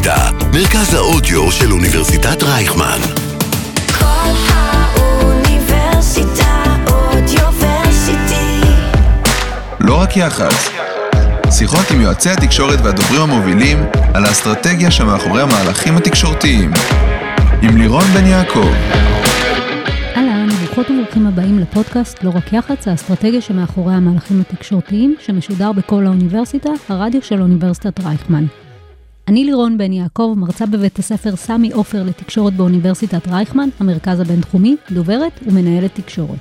אוניברסיטה, מרכז האודיו של אוניברסיטת רייכמן. כל האוניברסיטה אודיוורסיטי. לא רק יח"צ, שיחות עם יועצי התקשורת והדוברים המובילים על האסטרטגיה שמאחורי המהלכים התקשורתיים. עם לירון בן יעקב. אהלן, ברוכות וברוכים הבאים לפודקאסט לא רק יח"צ, האסטרטגיה שמאחורי המהלכים התקשורתיים, שמשודר בכל האוניברסיטה, הרדיו של אוניברסיטת רייכמן. אני לירון בן יעקב, מרצה בבית הספר סמי עופר לתקשורת באוניברסיטת רייכמן, המרכז הבינתחומי, דוברת ומנהלת תקשורת.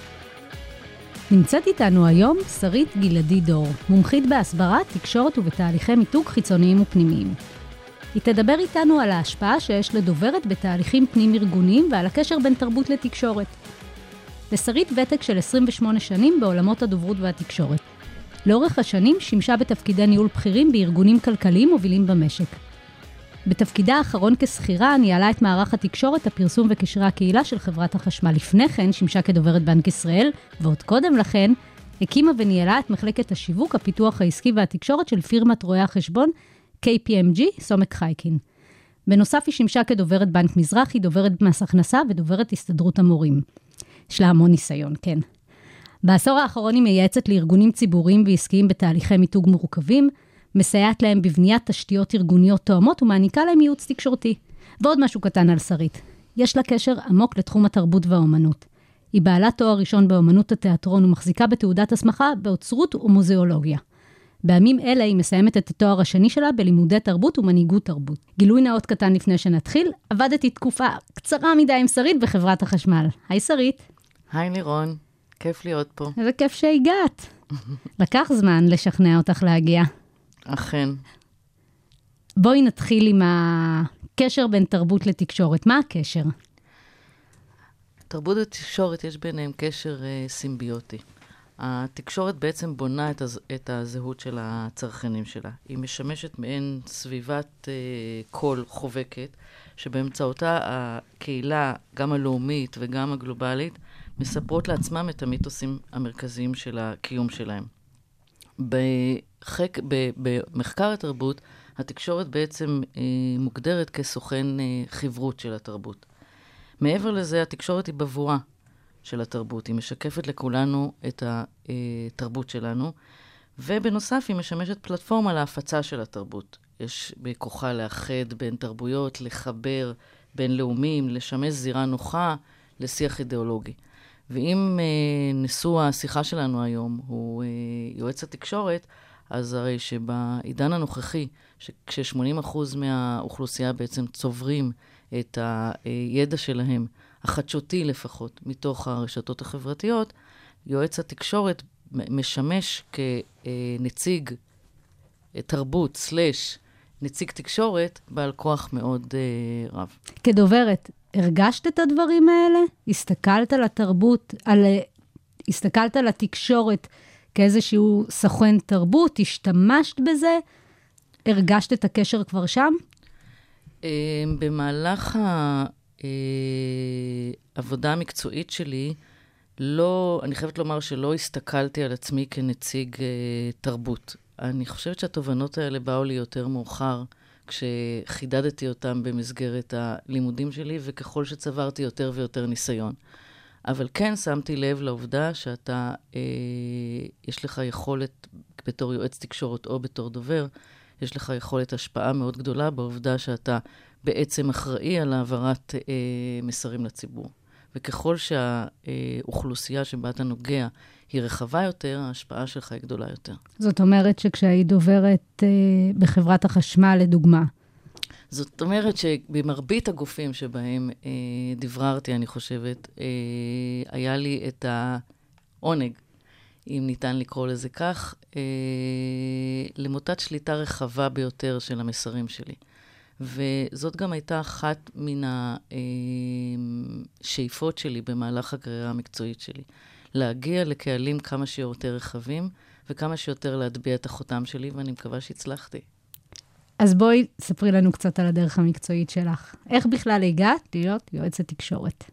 נמצאת איתנו היום שרית גלעדי דור, מומחית בהסברה, תקשורת ובתהליכי מיתוג חיצוניים ופנימיים. היא תדבר איתנו על ההשפעה שיש לדוברת בתהליכים פנים-ארגוניים ועל הקשר בין תרבות לתקשורת. לשרית ותק של 28 שנים בעולמות הדוברות והתקשורת. לאורך השנים שימשה בתפקידי ניהול בכירים בארגונים כלכליים מובילים במשק. בתפקידה האחרון כשכירה ניהלה את מערך התקשורת, הפרסום וקשרי הקהילה של חברת החשמל. לפני כן שימשה כדוברת בנק ישראל, ועוד קודם לכן הקימה וניהלה את מחלקת השיווק, הפיתוח העסקי והתקשורת של פירמת רואי החשבון KPMG, סומק חייקין. בנוסף היא שימשה כדוברת בנק מזרחי, דוברת מס הכנסה ודוברת הסתדרות המורים. יש לה המון ניסיון, כן. בעשור האחרון היא מייעצת לארגונים ציבוריים ועסקיים בתהליכי מיתוג מורכבים, מסייעת להם בבניית תשתיות ארגוניות תואמות ומעניקה להם ייעוץ תקשורתי. ועוד משהו קטן על שרית. יש לה קשר עמוק לתחום התרבות והאומנות. היא בעלת תואר ראשון באומנות התיאטרון ומחזיקה בתעודת הסמכה באוצרות ומוזיאולוגיה. בימים אלה היא מסיימת את התואר השני שלה בלימודי תרבות ומנהיגות תרבות. גילוי נאות קטן לפני שנתחיל, עבדתי תקופה קצרה מדי עם שרית בחברת החשמל. היי שרית. היי לירון, כיף להיות פה. איזה כיף שהגעת. לקח זמן לשכנע אותך להגיע. אכן. בואי נתחיל עם הקשר בין תרבות לתקשורת. מה הקשר? תרבות ותקשורת יש ביניהם קשר סימביוטי. התקשורת בעצם בונה את הזהות של הצרכנים שלה. היא משמשת מעין סביבת קול חובקת, שבאמצעותה הקהילה, גם הלאומית וגם הגלובלית, מספרות לעצמם את המיתוסים המרכזיים של הקיום שלהם. במחקר התרבות, התקשורת בעצם מוגדרת כסוכן חברות של התרבות. מעבר לזה, התקשורת היא בבואה של התרבות. היא משקפת לכולנו את התרבות שלנו, ובנוסף היא משמשת פלטפורמה להפצה של התרבות. יש בכוחה לאחד בין תרבויות, לחבר בין לאומים, לשמש זירה נוחה לשיח אידיאולוגי. ואם נשוא השיחה שלנו היום הוא יועץ התקשורת, אז הרי שבעידן הנוכחי, כש-80% מהאוכלוסייה בעצם צוברים את הידע שלהם, החדשותי לפחות, מתוך הרשתות החברתיות, יועץ התקשורת משמש כנציג תרבות נציג תקשורת בעל כוח מאוד רב. כדוברת, הרגשת את הדברים האלה? הסתכלת על התרבות, הסתכלת על התקשורת כאיזשהו סוכן תרבות? השתמשת בזה? הרגשת את הקשר כבר שם? במהלך העבודה המקצועית שלי, אני חייבת לומר שלא הסתכלתי על עצמי כנציג תרבות. אני חושבת שהתובנות האלה באו לי יותר מאוחר, כשחידדתי אותם במסגרת הלימודים שלי, וככל שצברתי יותר ויותר ניסיון. אבל כן שמתי לב לעובדה שאתה, יש לך יכולת, בתור יועץ תקשורת או בתור דובר, יש לך יכולת השפעה מאוד גדולה בעובדה שאתה בעצם אחראי על העברת מסרים לציבור. וככל שהאוכלוסייה שבה אתה נוגע היא רחבה יותר, ההשפעה שלך היא גדולה יותר. זאת אומרת שכשהיא דוברת בחברת החשמל, לדוגמה. זאת אומרת שבמרבית הגופים שבהם דבררתי, אני חושבת, היה לי את העונג, אם ניתן לקרוא לזה כך, למוטת שליטה רחבה ביותר של המסרים שלי. וזאת גם הייתה אחת מן השאיפות שלי במהלך הקריירה המקצועית שלי. להגיע לקהלים כמה שיותר רחבים, וכמה שיותר להטביע את החותם שלי, ואני מקווה שהצלחתי. אז בואי, ספרי לנו קצת על הדרך המקצועית שלך. איך בכלל הגעת להיות יועצת תקשורת?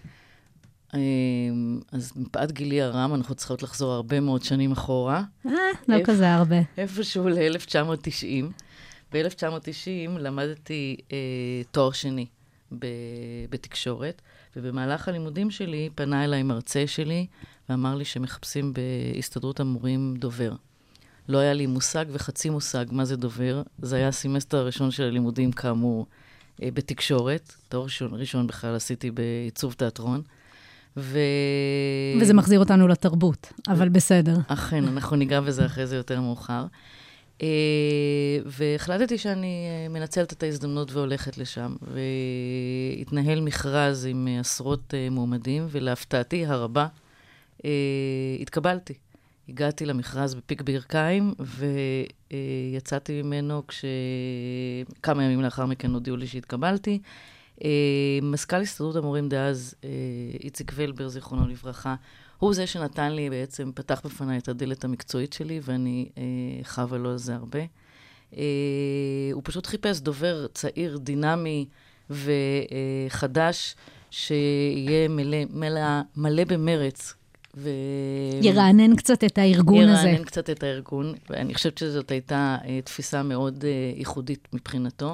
אז מפאת גילי הרם, אנחנו צריכות לחזור הרבה מאוד שנים אחורה. לא כזה הרבה. איפשהו ל-1990. ב-1990 למדתי תואר שני בתקשורת, ובמהלך הלימודים שלי פנה אליי מרצה שלי, ואמר לי שמחפשים בהסתדרות המורים דובר. לא היה לי מושג וחצי מושג מה זה דובר. זה היה הסמסטר הראשון של הלימודים, כאמור, בתקשורת. תואר ראשון בכלל עשיתי בעיצוב תיאטרון. וזה מחזיר אותנו לתרבות, אבל בסדר. אכן, אנחנו ניגע בזה אחרי זה יותר מאוחר. והחלטתי שאני מנצלת את ההזדמנות והולכת לשם, והתנהל מכרז עם עשרות מועמדים, ולהפתעתי הרבה התקבלתי. הגעתי למכרז בפיק ברכיים, ויצאתי ממנו כמה ימים לאחר מכן הודיעו לי שהתקבלתי. מזכ"ל הסתדרות המורים דאז, איציק ולבר, זיכרונו לברכה, הוא זה שנתן לי בעצם, פתח בפני את הדלת המקצועית שלי, ואני חווה לו על זה הרבה. הוא פשוט חיפש דובר צעיר, דינמי וחדש, שיהיה מלא במרץ. ירענן קצת את הארגון הזה. ירענן קצת את הארגון, ואני חושבת שזאת הייתה תפיסה מאוד ייחודית מבחינתו.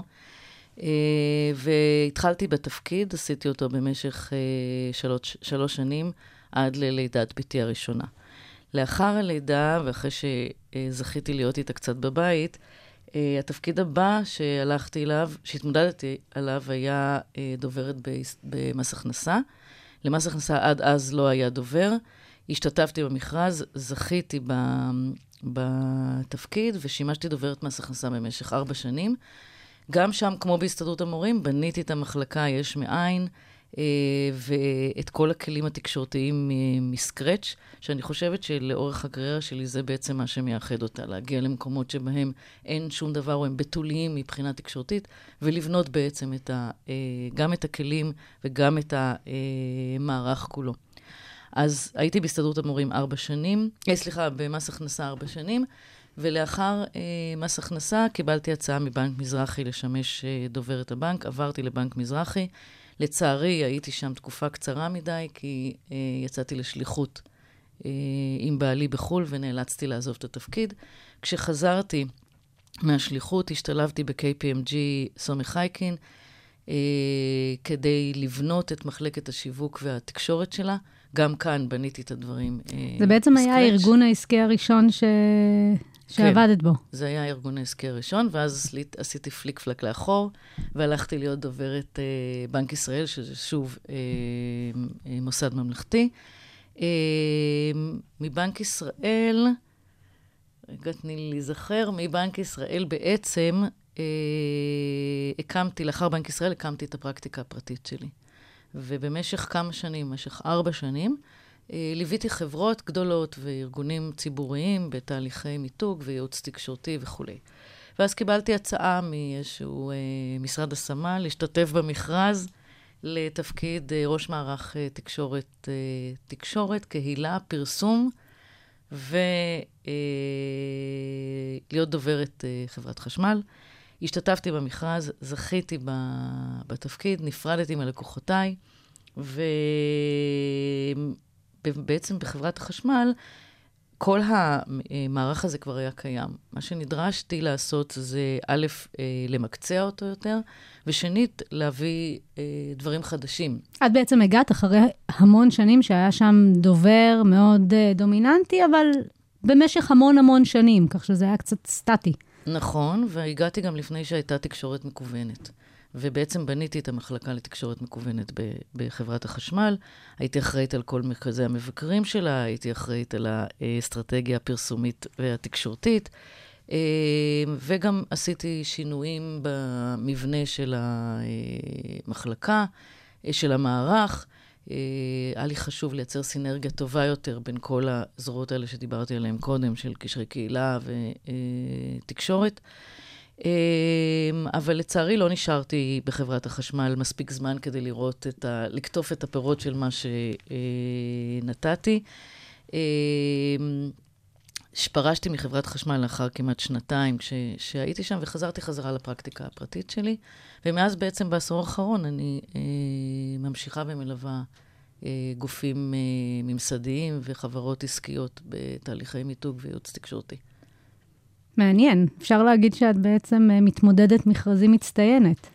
והתחלתי בתפקיד, עשיתי אותו במשך 3 שנים, עד ללידת ביתי הראשונה. לאחר הלידה, ואחרי שזכיתי להיות איתה קצת בבית, התפקיד הבא שהלכתי אליו, שהתמודדתי עליו, היה דוברת במס הכנסה. למס הכנסה עד אז לא היה דובר. השתתפתי במכרז, זכיתי בתפקיד, ושימשתי דוברת מס הכנסה במשך 4 שנים. גם שם, כמו בהסתדרות המורים, בניתי את המחלקה יש מאין, ואת כל הכלים התקשורתיים מסקרץ', שאני חושבת שלאורך הקריירה שלי זה בעצם מה שמייחד אותה, להגיע למקומות שבהם אין שום דבר, או הם בתוליים מבחינה תקשורתית, ולבנות בעצם גם את הכלים וגם את המערך כולו. אז הייתי בהסתדרות המורים 4 שנים, במס הכנסה 4 שנים, ולאחר מס הכנסה קיבלתי הצעה מבנק מזרחי לשמש דוברת הבנק, עברתי לבנק מזרחי. לצערי הייתי שם תקופה קצרה מדי, כי יצאתי לשליחות עם בעלי בחול ונאלצתי לעזוב את התפקיד. כשחזרתי מהשליחות השתלבתי ב-KPMG סומך חייקין, כדי לבנות את מחלקת השיווק והתקשורת שלה. גם כאן בניתי את הדברים. זה בעצם היה הארגון העסקי הראשון שעבדת בו. זה היה הארגון העסקי הראשון, ואז עשיתי פליק פלק לאחור, והלכתי להיות דוברת בנק ישראל, שזה שוב מוסד ממלכתי. מבנק ישראל, רגע תני לי להיזכר, מבנק ישראל בעצם לאחר בנק ישראל הקמתי את הפרקטיקה הפרטית שלי. ובמשך כמה שנים, במשך 4 שנים, ליוויתי חברות גדולות וארגונים ציבוריים בתהליכי מיתוג וייעוץ תקשורתי וכו'. ואז קיבלתי הצעה מאיזשהו משרד השמה להשתתף במכרז לתפקיד ראש מערך תקשורת, קהילה, פרסום, ולהיות דוברת חברת חשמל. השתתפתי במכרז, זכיתי בתפקיד, נפרדתי מלקוחותיי, ובעצם בחברת החשמל, כל המערך הזה כבר היה קיים. מה שנדרשתי לעשות זה א', למקצע אותו יותר, ושנית, להביא דברים חדשים. את בעצם הגעת אחרי המון שנים שהיה שם דובר מאוד דומיננטי, אבל במשך המון שנים, כך שזה היה קצת סטטי. נכון, והגעתי גם לפני שהייתה תקשורת מקוונת. ובעצם בניתי את המחלקה לתקשורת מקוונת בחברת החשמל. הייתי אחראית על כל מרכזי המבקרים שלה, הייתי אחראית על האסטרטגיה הפרסומית והתקשורתית, וגם עשיתי שינויים במבנה של המחלקה, של המערך. היה לי חשוב לייצר סינרגיה טובה יותר בין כל הזרועות האלה שדיברתי עליהן קודם, של קשרי קהילה ותקשורת. אבל לצערי לא נשארתי בחברת החשמל מספיק זמן כדי לראות לקטוף את הפירות של מה שנתתי. שפרשתי מחברת חשמל לאחר כמעט 2 שהייתי שם, וחזרתי חזרה לפרקטיקה הפרטית שלי. ומאז בעצם בעשור האחרון אני ממשיכה ומלווה גופים ממסדיים וחברות עסקיות בתהליכי מיתוג וייעוץ תקשורתי. מעניין. אפשר להגיד שאת בעצם מתמודדת מכרזים מצטיינת.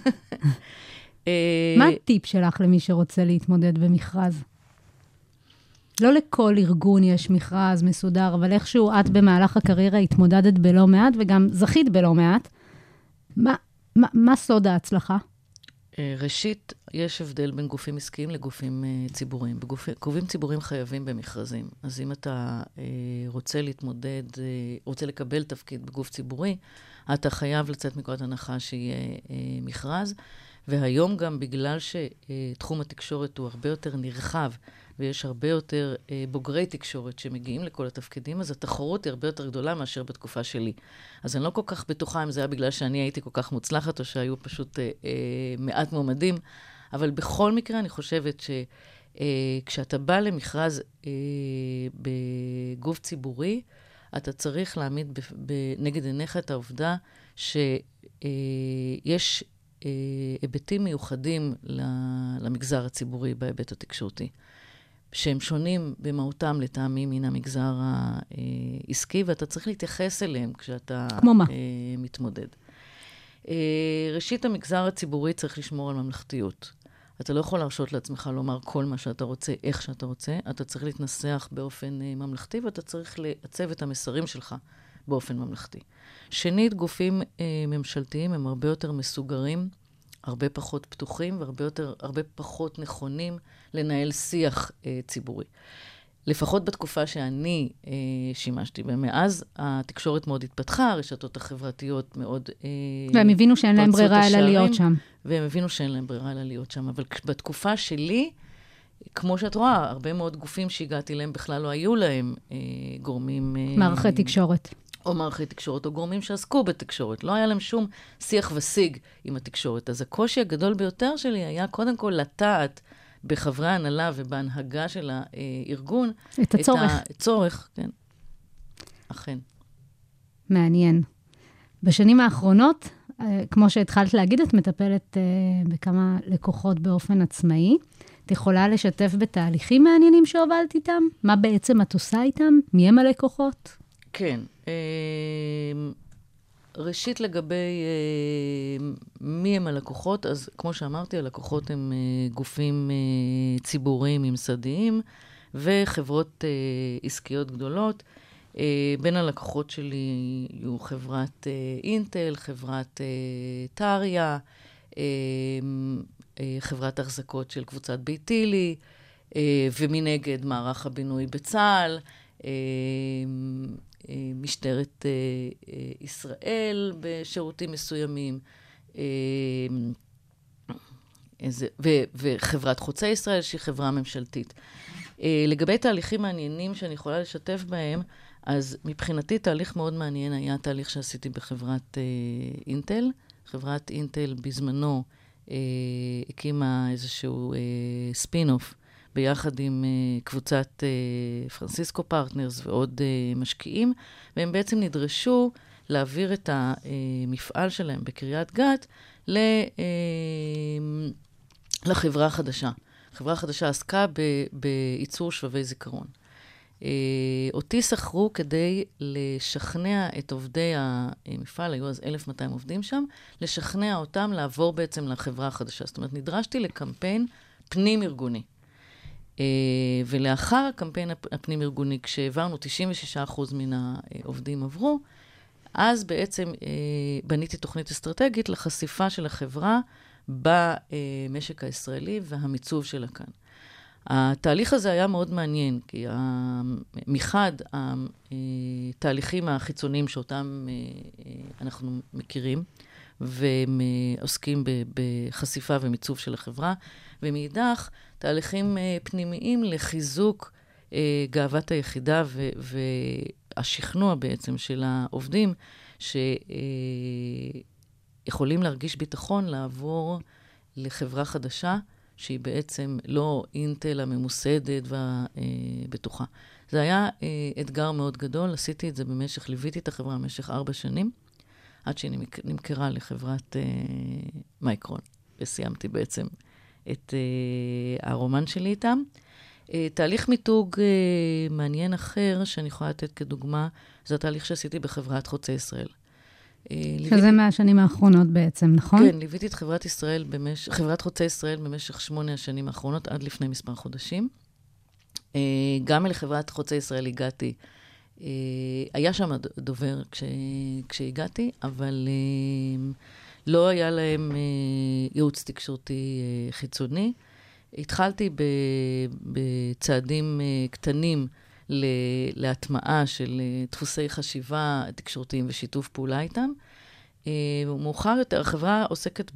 מה הטיפ שלך למי שרוצה להתמודד במכרז? לא לכל ארגון יש מכרז מסודר, אבל איכשהו את במהלך הקריירה התמודדת בלא מעט, וגם זכית בלא מעט. מה סוד ההצלחה? ראשית, יש הבדל בין גופים עסקיים לגופים ציבוריים. גופים ציבוריים חייבים במכרזים. אז אם אתה רוצה להתמודד, רוצה לקבל תפקיד בגוף ציבורי, אתה חייב לצאת מנקודת הנחה שיהיה מכרז. והיום גם בגלל שתחום התקשורת הוא הרבה יותר נרחב, ויש הרבה יותר בוגרי תקשורת שמגיעים לכל התפקידים, אז התחרות היא הרבה יותר גדולה מאשר בתקופה שלי. אז אני לא כל כך בטוחה אם זה היה בגלל שאני הייתי כל כך מוצלחת, או שהיו פשוט מעט מועמדים, אבל בכל מקרה אני חושבת שכשאתה בא למכרז בגוף ציבורי, אתה צריך להעמיד נגד עיניך את העובדה שיש היבטים מיוחדים למגזר הציבורי בהיבט התקשורתי, שהם שונים במהותם לטעמים מן המגזר העסקי, ואתה צריך להתייחס אליהם כשאתה מתמודד. ראשית, המגזר הציבורי צריך לשמור על ממלכתיות. אתה לא יכול להרשות לעצמך לומר כל מה שאתה רוצה, איך שאתה רוצה. אתה צריך להתנסח באופן ממלכתי, ואתה צריך לעצב את המסרים שלך באופן ממלכתי. שנית, גופים ממשלתיים הם הרבה יותר מסוגרים, הרבה פחות פתוחים והרבה פחות נכונים לנהל שיח ציבורי. לפחות בתקופה שאני שימשתי, ומאז התקשורת מאוד התפתחה, הרשתות החברתיות מאוד והם הבינו שאין להם ברירה אלא להיות שם. והם הבינו שאין להם ברירה אלא להיות שם. אבל בתקופה שלי, כמו שאת רואה, הרבה מאוד גופים שהגעתי להם בכלל לא היו להם גורמים... מערכי תקשורת. או מערכי תקשורת, או גורמים שעסקו בתקשורת. לא היה להם שום שיח ושיג עם התקשורת. אז הקושי הגדול ביותר שלי היה קודם כל לטעת בחברי ההנהלה ובהנהגה של הארגון. את הצורך. את הצורך, כן. אכן. מעניין. בשנים האחרונות, כמו שהתחלת להגיד, את מטפלת בכמה לקוחות באופן עצמאי. את יכולה לשתף בתהליכים מעניינים שהובלת איתם? מה בעצם את עושה איתם? מי הם הלקוחות? כן. ראשית לגבי מי הם הלקוחות, אז כמו שאמרתי, הלקוחות הם גופים ציבוריים ממסדיים וחברות עסקיות גדולות. בין הלקוחות שלי יהיו חברת אינטל, חברת טריה, חברת החזקות של קבוצת ביתילי, ומנגד מערך הבינוי בצה"ל, משטרת ישראל בשירותים מסוימים, וחברת חוצה ישראל, שהיא חברה ממשלתית. לגבי תהליכים מעניינים שאני יכולה לשתף בהם, אז מבחינתי תהליך מאוד מעניין היה תהליך שעשיתי בחברת אינטל. חברת אינטל בזמנו הקימה איזשהו ספין-אוף, ביחד עם קבוצת פרנסיסקו פרטנרס ועוד משקיעים, והם בעצם נדרשו להעביר את המפעל שלהם בקריית גת לחברה החדשה. החברה החדשה עסקה בייצור שבבי זיכרון. אותי שכרו כדי לשכנע את עובדי המפעל, היו אז 1,200 עובדים שם, לשכנע אותם לעבור בעצם לחברה החדשה. זאת אומרת, נדרשתי לקמפיין פנים-ארגוני. ולאחר הקמפיין הפנים-ארגוני, כשהעברנו 96% מן העובדים עברו, אז בעצם בניתי תוכנית אסטרטגית לחשיפה של החברה במשק הישראלי והמיצוב שלה כאן. התהליך הזה היה מאוד מעניין, כי מחד התהליכים החיצוניים שאותם אנחנו מכירים, והם עוסקים בחשיפה ומיצוב של החברה, ומאידך תהליכים פנימיים לחיזוק גאוות היחידה והשכנוע בעצם של העובדים, שיכולים להרגיש ביטחון לעבור לחברה חדשה, שהיא בעצם לא אינטל הממוסדת והבטוחה. זה היה אתגר מאוד גדול, עשיתי את זה ליוויתי את החברה במשך 4 שנים, עד שהיא נמכרה לחברת מייקרון, וסיימתי בעצם את הרומן שלי איתם. תהליך מיתוג מעניין אחר, שאני יכולה לתת כדוגמה, זה התהליך שעשיתי בחברת חוצה ישראל. שזה מהשנים האחרונות בעצם, נכון? כן, ליוויתי את חברת חוצה ישראל במשך 8 השנים האחרונות, עד לפני מספר חודשים. גם לחברת חוצה ישראל הגעתי, היה שם דובר כשהגעתי, אבל לא היה להם ייעוץ תקשורתי חיצוני. התחלתי בצעדים קטנים להטמעה של דפוסי חשיבה תקשורתיים ושיתוף פעולה איתם. מאוחר יותר, החברה עוסקת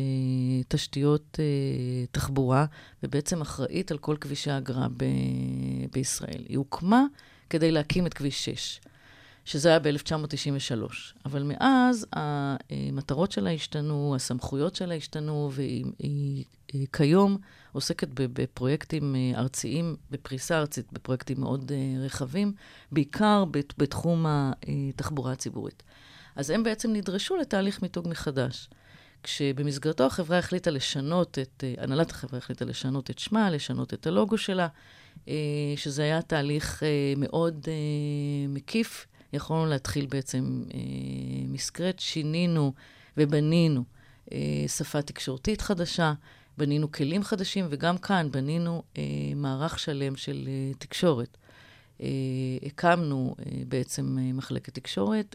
בתשתיות תחבורה, ובעצם אחראית על כל כבישי האגרה בישראל. היא הוקמה כדי להקים את כביש 6, שזה היה ב-1993. אבל מאז המטרות שלה השתנו, הסמכויות שלה השתנו, והיא כיום עוסקת בפרויקטים ארציים, בפריסה ארצית, בפרויקטים מאוד רחבים, בעיקר בתחום התחבורה הציבורית. אז הם בעצם נדרשו לתהליך מיתוג מחדש. כשבמסגרתו החברה החליטה לשנות הנהלת החברה החליטה לשנות את שמה, לשנות את הלוגו שלה, שזה היה תהליך מאוד מקיף. יכולנו להתחיל בעצם מסקרט, שינינו ובנינו שפה תקשורתית חדשה, בנינו כלים חדשים, וגם כאן בנינו מערך שלם של תקשורת. הקמנו בעצם מחלקת תקשורת,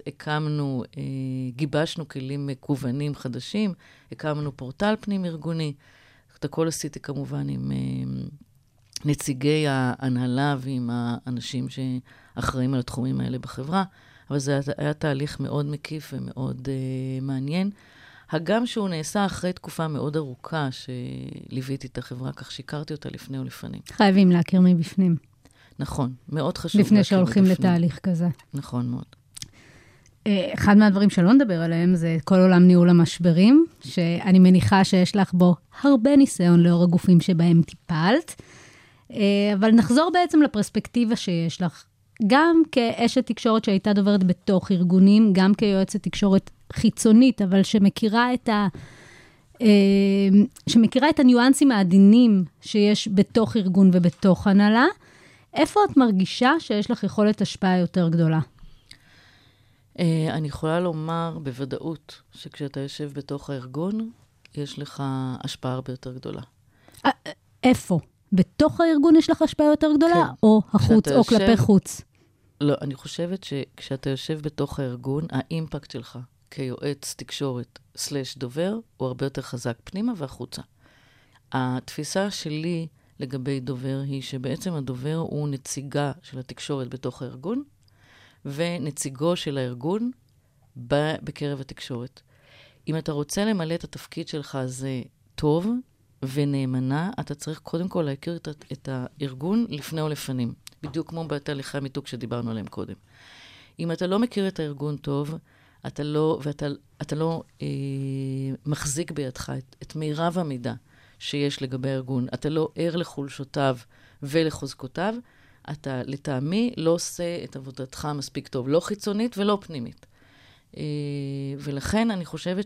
גיבשנו כלים מקוונים חדשים, הקמנו פורטל פנים ארגוני. את הכל עשיתי כמובן עם נציגי ההנהלה ועם האנשים שאחראים על התחומים האלה בחברה, אבל זה היה תהליך מאוד מקיף ומאוד מעניין. הגם שהוא נעשה אחרי תקופה מאוד ארוכה שליוויתי את החברה, כך שיקרתי אותה לפני ולפנים. חייבים להכיר מבפנים. נכון, מאוד חשוב. לפני שהולכים לתהליך כזה. נכון מאוד. אחד מהדברים שלא נדבר עליהם זה כל עולם ניהול המשברים, שאני מניחה שיש לך בו הרבה ניסיון לאור הגופים שבהם טיפלת, אבל נחזור בעצם לפרספקטיבה שיש לך, גם כאשת תקשורת שהייתה דוברת בתוך ארגונים, גם כיועצת תקשורת חיצונית, אבל שמכירה את הניואנסים העדינים שיש בתוך ארגון ובתוך הנהלה. איפה את מרגישה שיש לך יכולת השפעה יותר גדולה? אני יכולה לומר בוודאות שכשאתה יושב בתוך הארגון, יש לך השפעה הרבה יותר גדולה. איפה? בתוך הארגון יש לך השפעה יותר גדולה? כן. או החוץ, או כלפי חוץ? לא, אני חושבת שכשאתה יושב בתוך הארגון, האימפקט שלך כיועץ תקשורת / דובר, הוא הרבה יותר חזק פנימה והחוצה. התפיסה שלי לגבי דובר היא שבעצם הדובר הוא נציגה של התקשורת בתוך הארגון, ונציגו של הארגון בקרב התקשורת. אם אתה רוצה למלא את התפקיד שלך הזה טוב ונאמנה, אתה צריך קודם כל להכיר את הארגון לפני או לפנים. בדיוק כמו בתהליכי המיתוג שדיברנו עליהם קודם. אם אתה לא מכיר את הארגון טוב, אתה לא מחזיק בידך את מירב המידע שיש לגבי הארגון, אתה לא ער לחולשותיו ולחוזקותיו, אתה לטעמי לא עושה את עבודתך מספיק טוב, לא חיצונית ולא פנימית. ולכן אני חושבת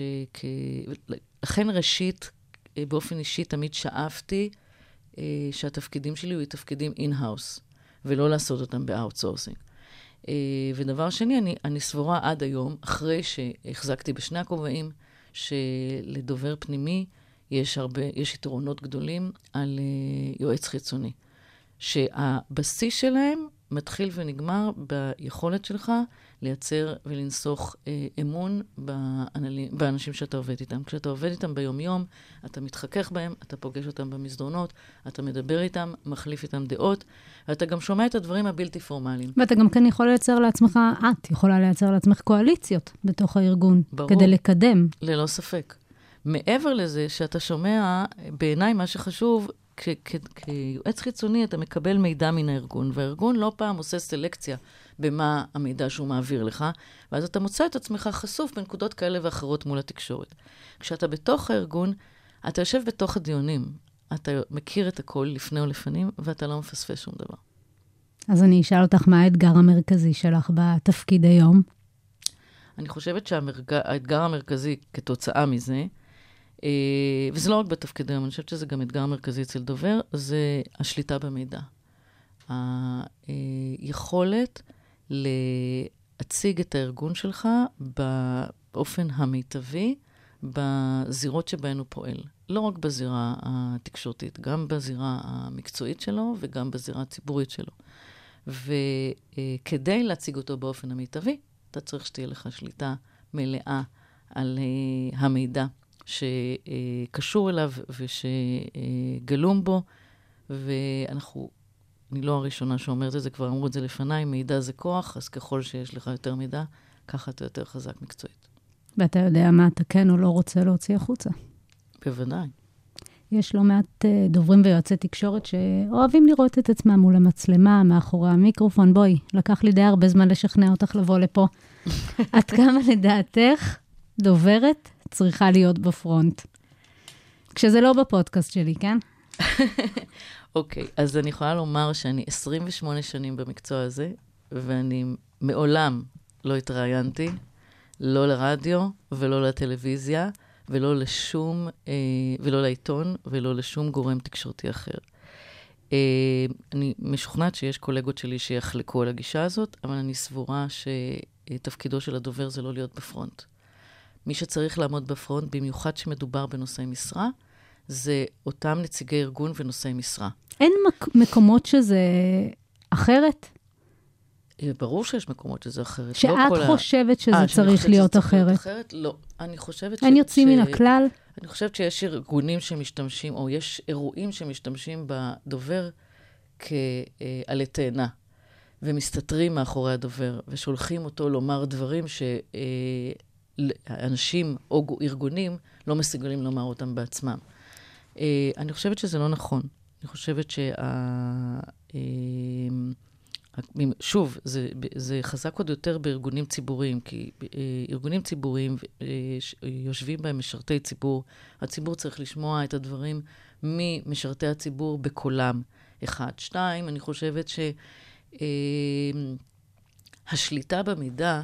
לכן ראשית, באופן אישי תמיד שאפתי שהתפקידים שלי היו תפקידים אין-האוס, ולא לעשות אותם באוטסורסינג. ודבר שני, אני סבורה עד היום, אחרי שהחזקתי בשני הכובעים, שלדובר פנימי יש יתרונות גדולים על יועץ חיצוני. שהבסיס שלהם מתחיל ונגמר ביכולת שלך לייצר ולנסוך אמון באנשים שאתה עובד איתם. כשאתה עובד איתם ביום-יום, אתה מתחכך בהם, אתה פוגש אותם במסדרונות, אתה מדבר איתם, מחליף איתם דעות, ואתה גם שומע את הדברים הבלתי פורמליים. ואתה גם כאן יכול לייצר לעצמך, את יכולה לייצר לעצמך קואליציות בתוך הארגון, ברור, כדי לקדם. ללא ספק. מעבר לזה שאתה שומע, בעיניי מה שחשוב, כיועץ חיצוני אתה מקבל מידע מן הארגון, והארגון לא פעם עושה סלקציה במה המידע שהוא מעביר לך, ואז אתה מוצא את עצמך חשוף בנקודות כאלה ואחרות מול התקשורת. כשאתה בתוך הארגון, אתה יושב בתוך הדיונים, אתה מכיר את הכל לפני ולפנים, ואתה לא מפספס שום דבר. אז אני אשאל אותך מה האתגר המרכזי שלך בתפקיד היום? אני חושבת שהאתגר המרכזי כתוצאה מזה, וזה לא רק בתפקידים, אני חושבת שזה גם אתגר מרכזי אצל דובר, זה השליטה במידע. היכולת להציג את הארגון שלך באופן המיטבי, בזירות שבהן הוא פועל. לא רק בזירה התקשורתית, גם בזירה המקצועית שלו וגם בזירה הציבורית שלו. וכדי להציג אותו באופן המיטבי, אתה צריך שתהיה לך שליטה מלאה על המידע שקשור אליו ושגלום בו, אני לא הראשונה שאומרת את זה, כבר אמרו את זה לפניי, מידע זה כוח, אז ככל שיש לך יותר מידע, ככה אתה יותר חזק מקצועית. ואתה יודע מה אתה כן או לא רוצה להוציא החוצה. בוודאי. יש לא מעט דוברים ויועצי תקשורת שאוהבים לראות את עצמם מול המצלמה, מאחורי המיקרופון. בואי, לקח לי די הרבה זמן לשכנע אותך לבוא לפה. עד כמה לדעתך דוברת צריכה להיות בפרונט? כשזה לא בפודקאסט שלי, כן? אוקיי, אז אני יכולה לומר שאני 28 שנים במקצוע הזה, ואני מעולם לא התראיינתי, לא לרדיו ולא לטלוויזיה, ולא לעיתון, ולא לשום גורם תקשורתי אחר. אני משוכנעת שיש קולגות שלי שיחלקו על הגישה הזאת, אבל אני סבורה שתפקידו של הדובר זה לא להיות בפרונט. מי שצריך לעמוד בפרונט, במיוחד שמדובר בנושאי משרה, זה אותם נציגי ארגון ונושאי משרה. אין מקומות שזה אחרת? ברור שיש מקומות שזה אחרת. שאת חושבת שזה צריך להיות אחרת? לא, אני חושבת אין יוצאים מן הכלל? אני חושבת שיש ארגונים שמשתמשים, או יש אירועים שמשתמשים בדובר כעלי תאנה, ומסתתרים מאחורי הדובר, ושולחים אותו לומר דברים שאנשים או ארגונים לא מסוגלים לומר אותם בעצמם. אני חושבת שזה לא נכון. אני חושבת שוב, זה חזק עוד יותר בארגונים ציבוריים, כי ארגונים ציבוריים יושבים בהם משרתי ציבור. הציבור צריך לשמוע את הדברים ממשרתי הציבור בקולם. 1, 2, אני חושבת שהשליטה במידע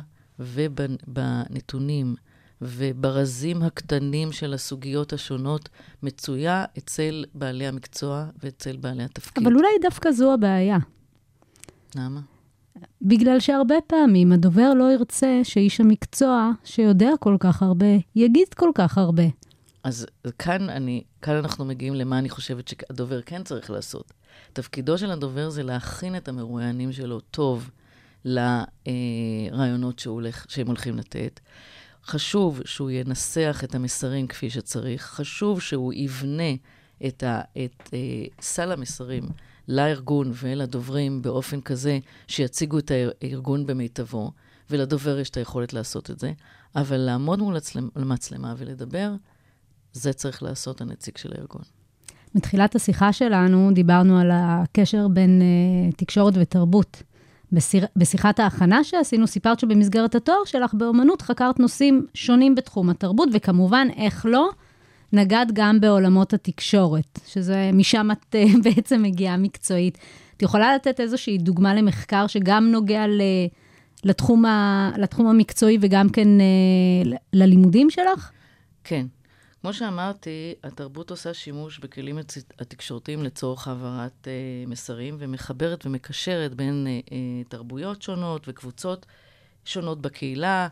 ובנתונים וברזים הקטנים של הסוגיות השונות מצויה אצל בעלי המקצוע ואצל בעלי התפקיד. אבל אולי דווקא זו הבעיה. למה? בגלל שהרבה פעמים הדובר לא ירצה שאיש המקצוע שיודע כל כך הרבה, יגיד כל כך הרבה. אז כאן אנחנו מגיעים למה אני חושבת שהדובר כן צריך לעשות. תפקידו של הדובר זה להכין את המרואיינים שלו טוב לרעיונות שהם הולכים לתת. חשוב שהוא ינסח את המסרים כפי שצריך. חשוב שהוא יבנה את סל המסרים לארגון ולדוברים באופן כזה שיציגו את הארגון במיטבו, ולדובר יש את היכולת לעשות את זה. אבל לעמוד מול המצלמה ולדבר, זה צריך לעשות הנציג של הארגון. מתחילת השיחה שלנו דיברנו על הקשר בין תקשורת ותרבות. בשיחת ההכנה שעשינו, סיפרת שבמסגרת התואר שלך באומנות חקרת נושאים שונים בתחום התרבות, וכמובן, איך לא, נגד גם בעולמות התקשורת, שזה משם את בעצם מגיעה מקצועית. את יכולה לתת איזושהי דוגמה למחקר שגם נוגע לתחום המקצועי וגם כן ללימודים שלך? כן. כמו שאמרתי, התרבות עושה שימוש בכלים התקשורתיים לצורך העברת מסרים, ומחברת ומקשרת בין תרבויות שונות וקבוצות שונות בקהילה,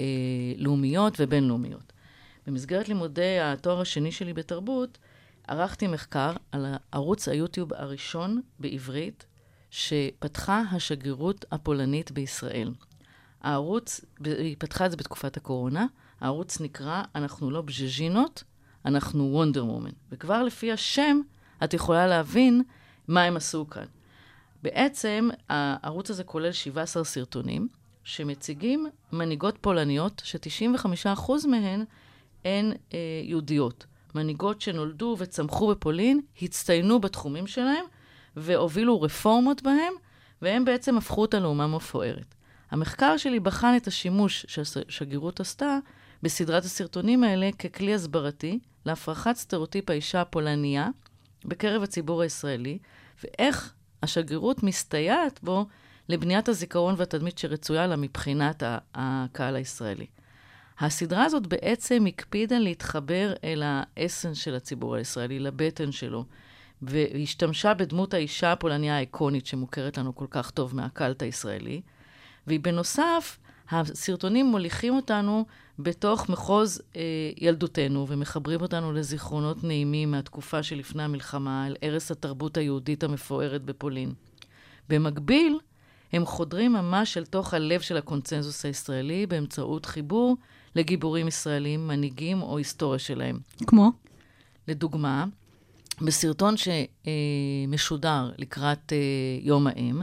לאומיות ובינלאומיות. במסגרת לימודי התואר השני שלי בתרבות, ערכתי מחקר על ערוץ היוטיוב הראשון בעברית, שפתחה השגרירות הפולנית בישראל. הערוץ, היא פתחה את זה בתקופת הקורונה, הערוץ נקרא, אנחנו לא בז'ז'ינות, אנחנו וונדר וומן. וכבר לפי השם, את יכולה להבין מה הם עשו כאן. בעצם, הערוץ הזה כולל 17 סרטונים, שמציגים מנהיגות פולניות, ש95% מהן הן יהודיות. מנהיגות שנולדו וצמחו בפולין, הצטיינו בתחומים שלהם, והובילו רפורמות בהם, והם בעצם הפכו אותה לאומה מפוארת. המחקר שלי בחן את השימוש שהשגרירות עשתה בסדרת הסרטונים האלה ככלי הסברתי להפרחת סטריאוטיפ האישה הפולניה בקרב הציבור הישראלי, ואיך השגרירות מסתייעת בו לבניית הזיכרון והתדמית שרצויה לה מבחינת הקהל הישראלי. הסדרה הזאת בעצם הקפידה להתחבר אל האסנס של הציבור הישראלי, לבטן שלו, והשתמשה בדמות האישה הפולניה האיקונית שמוכרת לנו כל כך טוב מהקלט הישראלי, והיא בנוסף, הסרטונים מוליכים אותנו בתוך מחוז ילדותנו, ומחברים אותנו לזיכרונות נעימים מהתקופה שלפני המלחמה, אל ערש התרבות היהודית המפוארת בפולין. במקביל, הם חודרים ממש אל תוך הלב של הקונצנזוס הישראלי, באמצעות חיבור לגיבורים ישראלים, מנהיגים או היסטוריה שלהם. כמו? לדוגמה, בסרטון שמשודר לקראת יום האם,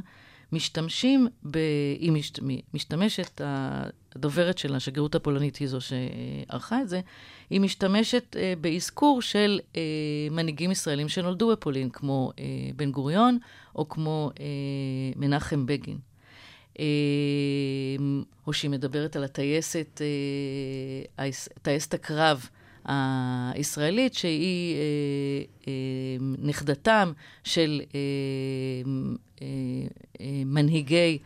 משתמשת, הדוברת של השגרירות הפולנית היא זו שערכה את זה, היא משתמשת באזכור של מנהיגים ישראלים שנולדו בפולין, כמו בן גוריון או כמו מנחם בגין. או שהיא מדברת על טייסת הקרב הישראלית, שהיא נכדתם של מנהיגי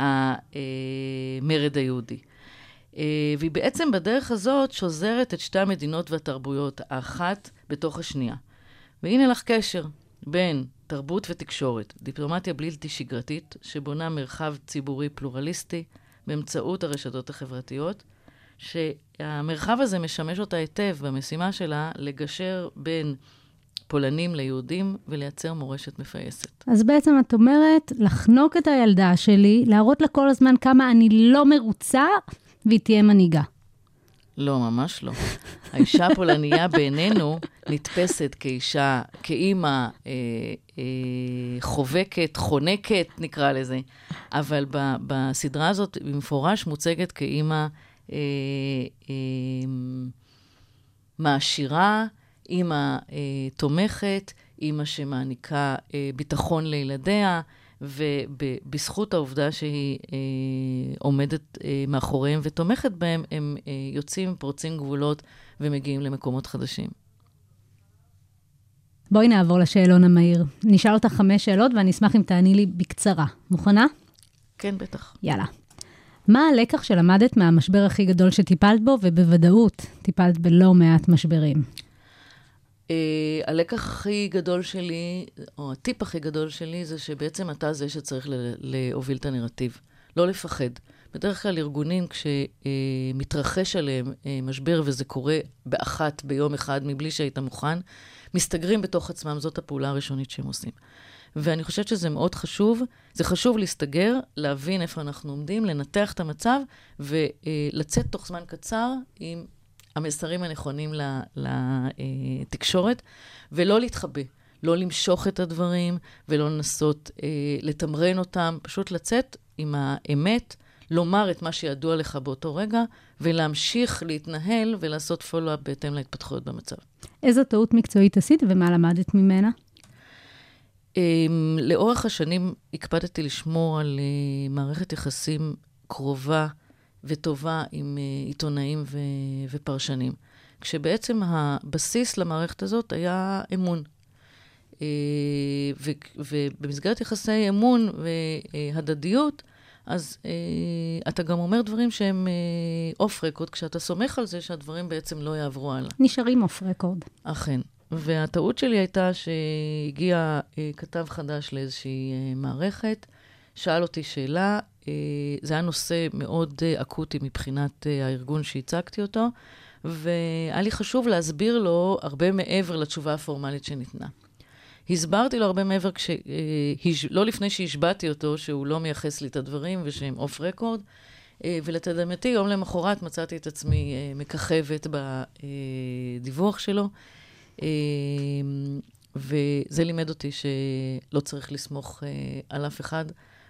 המרד היהודי. והיא בעצם בדרך הזאת שוזרת את שתי המדינות והתרבויות, האחת בתוך השנייה. והנה לך קשר בין תרבות ותקשורת, דיפלומטיה בלתי שגרתית, שבונה מרחב ציבורי פלורליסטי באמצעות הרשתות החברתיות, שהמרחב הזה משמש אותה היטב במשימה שלה לגשר בין פולנים ליהודים ולייצר מורשת מפייסת. אז בעצם את אומרת, לחנוק את הילדה שלי, להראות לה כל הזמן כמה אני לא מרוצה, והיא תהיה מנהיגה. לא, ממש לא. האישה הפולניה בעינינו נתפסת כאישה, כאימא חובקת, חונקת, נקרא לזה. אבל בסדרה הזאת במפורש מוצגת כאימא מעשירה, אימא תומכת, אימא שמעניקה ביטחון לילדיה, ובזכות העובדה שהיא עומדת מאחוריהם ותומכת בהם, הם יוצאים, פורצים גבולות ומגיעים למקומות חדשים. בואי נעבור לשאלון המהיר. נשאל אותך 5 שאלות ואני אשמח אם תעני לי בקצרה. מוכנה? כן, בטח. יאללה. מה הלקח שלמדת מהמשבר הכי גדול שטיפלת בו, ובוודאות טיפלת בלא מעט משברים? הלקח הכי גדול שלי, או הטיפ הכי גדול שלי, זה שבעצם אתה זה שצריך להוביל את הנרטיב. לא לפחד. בדרך כלל ארגונים, כשמתרחש עליהם משבר, וזה קורה ביום אחד, מבלי שהיית מוכן, מסתגרים בתוך עצמם. זאת הפעולה הראשונית שהם עושים. ואני חושבת שזה מאוד חשוב. זה חשוב להסתגר, להבין איפה אנחנו עומדים, לנתח את המצב, ולצאת תוך זמן קצר עם המסרים הנכונים לתקשורת, ולא להתחבא, לא למשוך את הדברים, ולא לנסות לתמרן אותם, פשוט לצאת עם האמת, לומר את מה שידוע לך באותו רגע, ולהמשיך להתנהל ולעשות פולו-אפ בהתאם להתפתחויות במצב. איזו טעות מקצועית עשית ומה למדת ממנה? לאורך השנים הקפדתי לשמור על מערכת יחסים קרובה וטובה עם עיתונאים ופרשנים. כשבעצם הבסיס למערכת הזאת היה אמון. ובמסגרת יחסי אמון והדדיות, אז אתה גם אומר דברים שהם אוף רקורד, כשאתה סומך על זה שהדברים בעצם לא יעברו הלאה. נשארים אוף רקורד. אכן. והטעות שלי הייתה שהגיע כתב חדש לאיזושהי מערכת, שאל אותי שאלה, זה היה נושא מאוד אקוטי מבחינת הארגון שהצגתי אותו, והיה לי חשוב להסביר לו הרבה מעבר לתשובה הפורמלית שניתנה. הסברתי לו הרבה מעבר, לא לפני שהשבעתי אותו, שהוא לא מייחס לי את הדברים ושהם אוף רקורד, ולתדמתי יום למחרת מצאתי את עצמי מככבת בדיווח שלו, וזה לימד אותי שלא צריך לסמוך על אף אחד,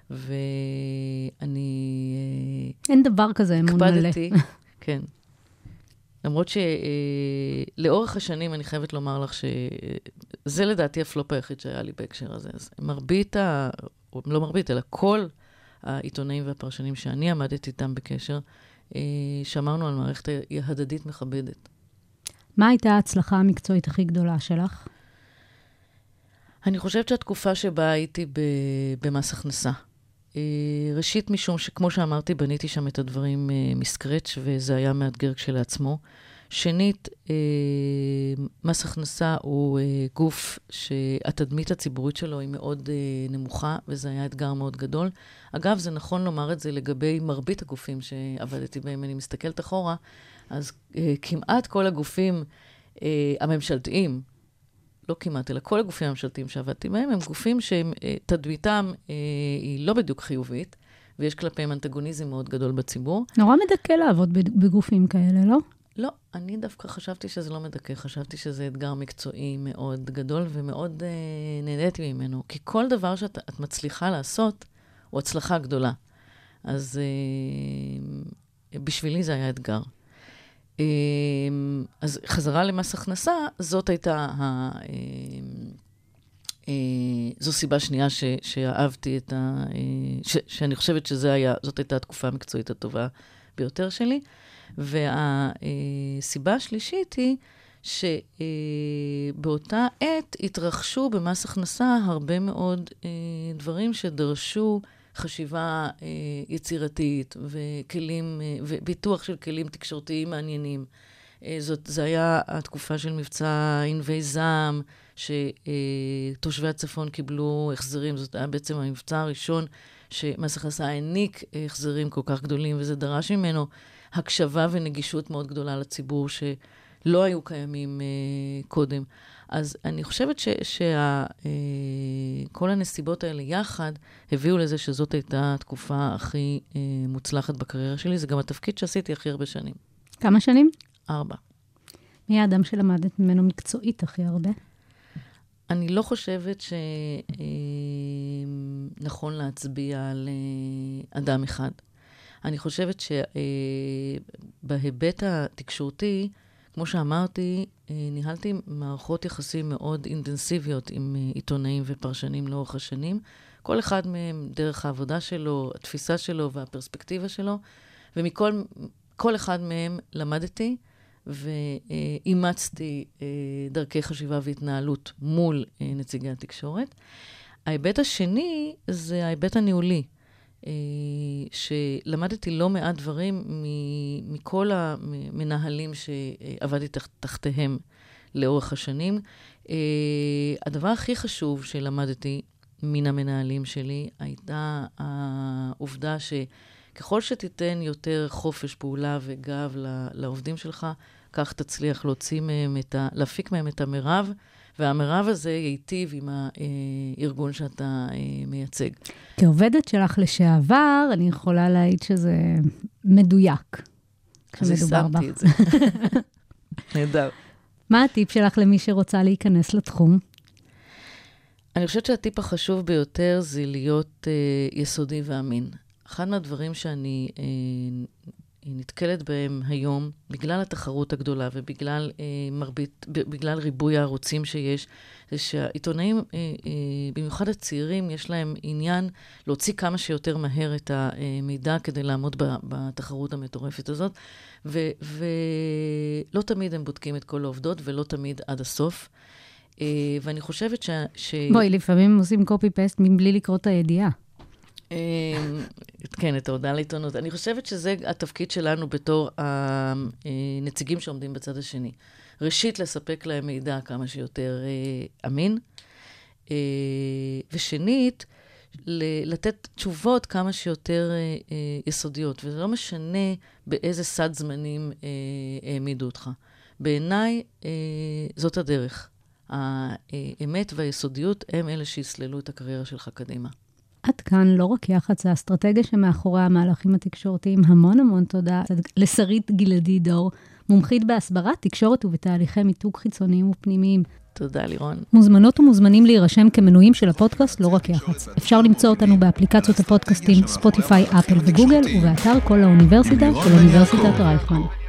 ואני אין דבר כזה אמון מלא. הקפדתי, כן. למרות שלאורך השנים אני חייבת לומר לך שזה לדעתי הפלופ היחיד שהיה לי בהקשר הזה. אז לא מרבית, אלא כל העיתונאים והפרשנים שאני עמדתי איתם בקשר, שמרנו על מערכת הדדית מכבדת. מה הייתה ההצלחה המקצועית הכי גדולה שלך? אני חושבת שהתקופה שבה הייתי במס הכנסה, ראשית משום שכמו שאמרתי, בניתי שם את הדברים מסקרץ' וזה היה מאתגר כשלעצמו. שנית, מס הכנסה הוא גוף שהתדמית הציבורית שלו היא מאוד נמוכה, וזה היה אתגר מאוד גדול. אגב, זה נכון לומר את זה לגבי מרבית הגופים שעבדתי בהם. אני מסתכלת אחורה, אז כמעט כל הגופים הממשלתיים, לא כמעט, אלא כל הגופים הממשלתיים שעבדתי בהם, הם גופים שתדמיתם היא לא בדיוק חיובית, ויש כלפיהם אנטגוניזם מאוד גדול בציבור. נורא מדכא לעבוד בגופים כאלה, לא? לא, אני דווקא חשבתי שזה לא מדכא, חשבתי שזה אתגר מקצועי מאוד גדול, ומאוד נהניתי ממנו, כי כל דבר שאת מצליחה לעשות, הוא הצלחה גדולה. אז בשבילי זה היה אתגר. אז חזרה למס הכנסה, זאת הייתה, זו סיבה שנייה שאהבתי את שאני חושבת זאת הייתה התקופה המקצועית הטובה ביותר שלי. והסיבה השלישית היא שבאותה עת התרחשו במס הכנסה הרבה מאוד דברים שדרשו חשיבה יצירתית וכלים, וביטוח של כלים תקשורתיים מעניינים. זה היה התקופה של מבצע ענבי זעם, שתושבי הצפון קיבלו החזרים. זאת היה בעצם המבצע הראשון שמס הכנסה העניק החזרים כל כך גדולים, וזה דרש ממנו הקשבה ונגישות מאוד גדולה לציבור שלא היו קיימים קודם. אז אני חושבת שכל הנסיבות האלה יחד הביאו לזה שזאת הייתה התקופה הכי מוצלחת בקריירה שלי. זה גם התפקיד שעשיתי הכי הרבה שנים. כמה שנים? 4. מי האדם שלמדת ממנו מקצועית הכי הרבה? אני לא חושבת שנכון להצביע על אדם אחד. אני חושבת שבהיבט התקשורתי, כמו שאמרתי, ניהלתי מערכות יחסים מאוד אינטנסיביות עם עיתונאים ופרשנים לאורך השנים. כל אחד מהם דרך העבודה שלו, התפיסה שלו והפרספקטיבה שלו, ומכל אחד מהם למדתי ואימצתי דרכי חשיבה והתנהלות מול נציגי התקשורת. ההיבט השני זה ההיבט הניהולי. שלמדתי לא מעט דברים מכל המנהלים שעבדתי תחתיהם לאורך השנים. הדבר הכי חשוב שלמדתי מן המנהלים שלי הייתה העובדה שככל שתיתן יותר חופש פעולה וגב לעובדים שלך, כך תצליח להפיק מהם את המרב, והמרב הזה ייטיב עם הארגון שאתה מייצג. כעובדת שלך לשעבר, אני יכולה להעיד שזה מדויק. אז השמתי את זה. נהדר. מה הטיפ שלך למי שרוצה להיכנס לתחום? אני חושבת שהטיפ החשוב ביותר זה להיות יסודי ואמין. אחד מהדברים שאני נתקלת בהם היום, בגלל התחרות הגדולה ובגלל בגלל ריבוי הערוצים שיש, זה שהעיתונאים, במיוחד הצעירים, יש להם עניין להוציא כמה שיותר מהר את המידע כדי לעמוד בתחרות המטורפת הזאת, ולא תמיד הם בודקים את כל העובדות, ולא תמיד עד הסוף. ואני חושבת בואי, לפעמים עושים קופי-פסט מבלי לקרוא את הידיעה. כן, את ההודעה לעיתונות. אני חושבת שזה התפקיד שלנו בתור הנציגים שעומדים בצד השני. ראשית, לספק להם מידע כמה שיותר אמין, ושנית, לתת תשובות כמה שיותר יסודיות, וזה לא משנה באיזה סד זמנים העמידו אותך. בעיניי, זאת הדרך. האמת והיסודיות הם אלה שיסללו את הקריירה שלך קדימה. עד כאן לא רק יח"צ, האסטרטגיה שמאחורי המהלכים התקשורתיים. המון תודה לשרית גלעדי דור, מומחית בהסברה, תקשורת ובתהליכי מיתוג חיצוניים ופנימיים. תודה, לירון. מוזמנות ומוזמנים להירשם כמנויים של הפודקאסט לא רק יח"צ. אפשר למצוא אותנו באפליקציות הפודקאסטים ספוטיפיי, אפל וגוגל, ובאתר כל האוניברסיטה של אוניברסיטת רייכמן.